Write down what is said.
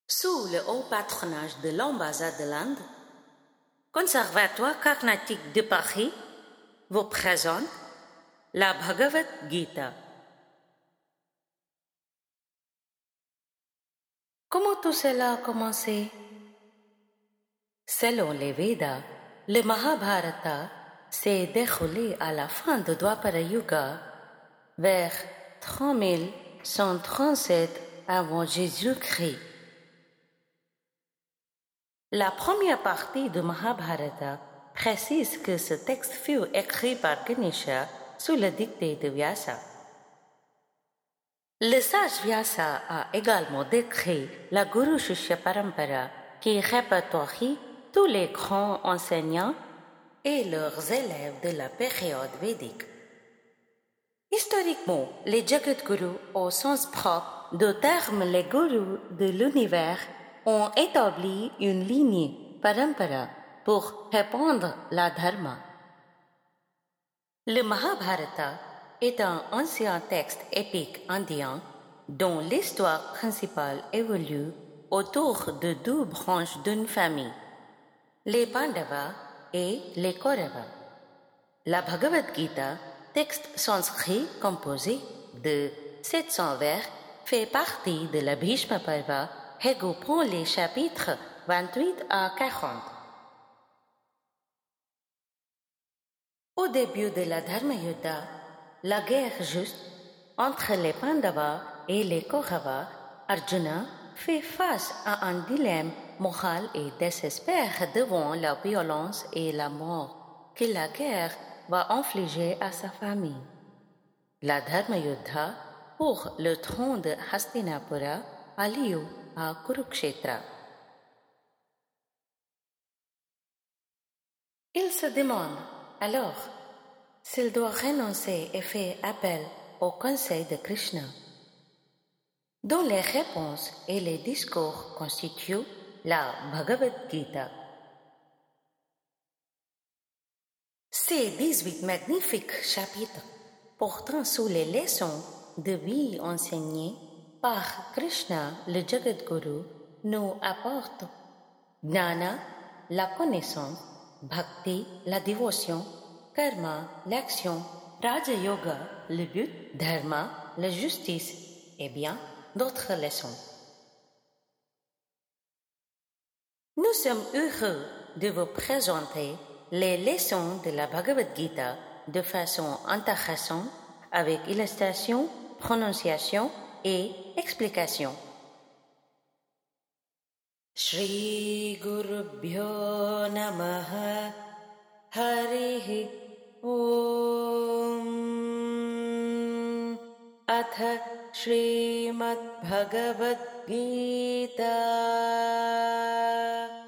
Sous le haut patronage de l'ambassade de l'Inde, Conservatoire carnatique de Paris vous présente la Bhagavad Gita. Comment tout cela a commencé? Selon les Védas, le Mahabharata s'est déroulé à la fin de Dwapara Yuga vers 3137 avant Jésus-Christ. La première partie du Mahabharata précise que ce texte fut écrit par Ganesha sous le dicté de Vyasa. Le sage Vyasa a également décrit la Guru Shishya Parampara qui répertorie tous les grands enseignants et leurs élèves de la période védique. Historiquement, les Jagadgurus, au sens propre du terme les gurus de l'univers, ont établi une lignée parampara pour répandre la dharma. Le Mahabharata est un ancien texte épique indien dont l'histoire principale évolue autour de deux branches d'une famille, les Pandavas et les Kauravas. La Bhagavad Gita, texte sanskrit composé de 700 vers, fait partie de la Bhishma Parva regroupant les chapitres 28 à 40. Au début de la Dharma Yuddha, la guerre juste entre les Pandavas et les Kauravas, Arjuna fait face à un dilemme moral et désespère devant la violence et la mort que la guerre va infliger à sa famille. La Dharma Yuddha pour le trône de Hastinapura a lieu à Kurukshetra. Il se demande alors s'il doit renoncer et faire appel au conseil de Krishna, dont les réponses et les discours constituent la Bhagavad Gita. Ces 18 magnifiques chapitres portant sous les leçons de vie enseignées par Krishna le Jagadguru nous apportent Gnana, la connaissance, Bhakti, la dévotion, Karma, l'action, Raja Yoga, le but, Dharma, la justice et bien d'autres leçons. Nous sommes heureux de vous présenter les leçons de la Bhagavad Gita de façon intéressante avec illustration, prononciation et explication. Shri Gurubhyo Namaha Harihi Om Atha Shrimad Bhagavad Gita